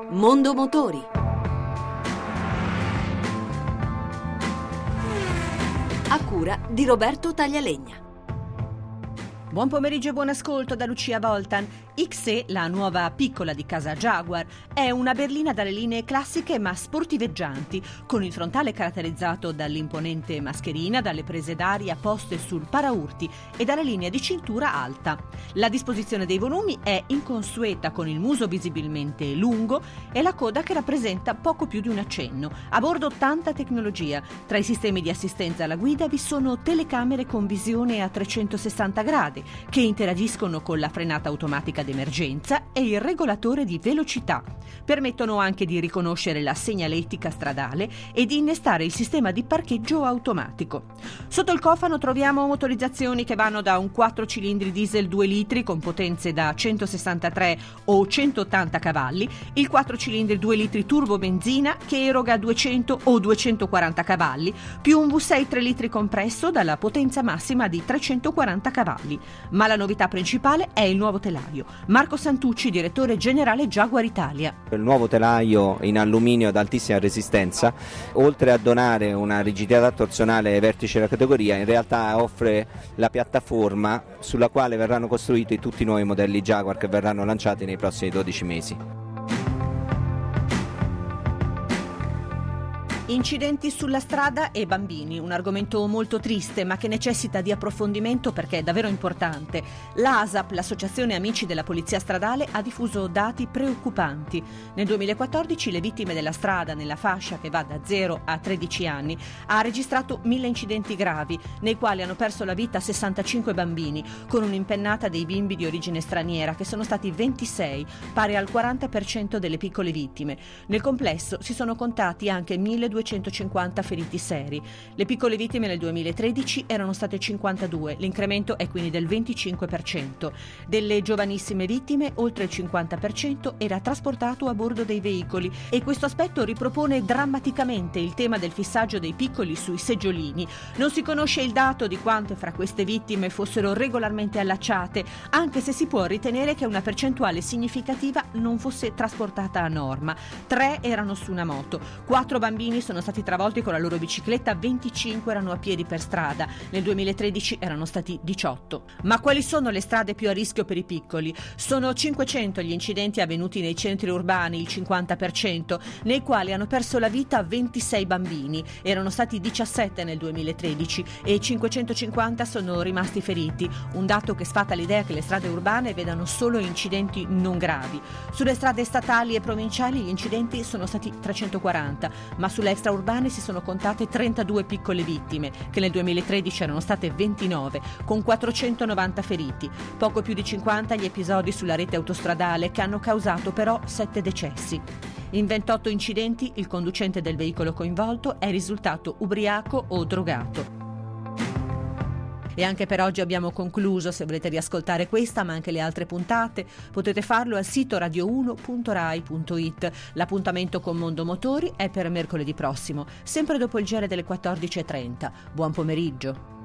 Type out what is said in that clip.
Mondo Motori. A cura di Roberto Taglialegna. Buon pomeriggio e buon ascolto da Lucia Voltan. XE, la nuova piccola di casa Jaguar, è una berlina dalle linee classiche ma sportiveggianti, con il frontale caratterizzato dall'imponente mascherina, dalle prese d'aria poste sul paraurti e dalla linea di cintura alta. La disposizione dei volumi è inconsueta, con il muso visibilmente lungo e la coda che rappresenta poco più di un accenno. A bordo tanta tecnologia. Tra i sistemi di assistenza alla guida vi sono telecamere con visione a 360 gradi che interagiscono con la frenata automatica d'emergenza e il regolatore di velocità. Permettono anche di riconoscere la segnaletica stradale e di innestare il sistema di parcheggio automatico. Sotto il cofano troviamo motorizzazioni che vanno da un 4 cilindri diesel 2 litri con potenze da 163 o 180 cavalli, il 4 cilindri 2 litri turbo benzina che eroga 200 o 240 cavalli, più un V6 3 litri compresso dalla potenza massima di 340 cavalli. Ma la novità principale è il nuovo telaio. Marco Santucci, direttore generale Jaguar Italia. Il nuovo telaio in alluminio ad altissima resistenza, oltre a donare una rigidità torsionale ai vertici della categoria, in realtà offre la piattaforma sulla quale verranno costruiti tutti i nuovi modelli Jaguar che verranno lanciati nei prossimi 12 mesi. Incidenti sulla strada e bambini, un argomento molto triste ma che necessita di approfondimento perché è davvero importante. L'ASAP, l'Associazione Amici della Polizia Stradale, ha diffuso dati preoccupanti. Nel 2014 le vittime della strada nella fascia che va da 0 a 13 anni ha registrato 1000 incidenti gravi, nei quali hanno perso la vita 65 bambini, con un'impennata dei bimbi di origine straniera che sono stati 26, pari al 40% delle piccole vittime. Nel complesso si sono contati anche 1250 feriti seri. Le piccole vittime nel 2013 erano state 52, l'incremento è quindi del 25%. Delle giovanissime vittime, oltre il 50% era trasportato a bordo dei veicoli, e questo aspetto ripropone drammaticamente il tema del fissaggio dei piccoli sui seggiolini. Non si conosce il dato di quante fra queste vittime fossero regolarmente allacciate, anche se si può ritenere che una percentuale significativa non fosse trasportata a norma. 3 erano su una moto, 4 bambini sono stati travolti con la loro bicicletta, 25 erano a piedi per strada. Nel 2013 erano stati 18. Ma quali sono le strade più a rischio per i piccoli? Sono 500 gli incidenti avvenuti nei centri urbani, il 50%, nei quali hanno perso la vita 26 bambini. Erano stati 17 nel 2013 e 550 sono rimasti feriti, un dato che sfata l'idea che le strade urbane vedano solo incidenti non gravi. Sulle strade statali e provinciali gli incidenti sono stati 340, ma sulle extraurbane si sono contate 32 piccole vittime, che nel 2013 erano state 29, con 490 feriti. Poco più di 50 gli episodi sulla rete autostradale, che hanno causato però 7 decessi. In 28 incidenti il conducente del veicolo coinvolto è risultato ubriaco o drogato. E anche per oggi abbiamo concluso. Se volete riascoltare questa ma anche le altre puntate potete farlo al sito radio1.rai.it. L'appuntamento con Mondo Motori è per mercoledì prossimo, sempre dopo il GR delle 14:30. Buon pomeriggio.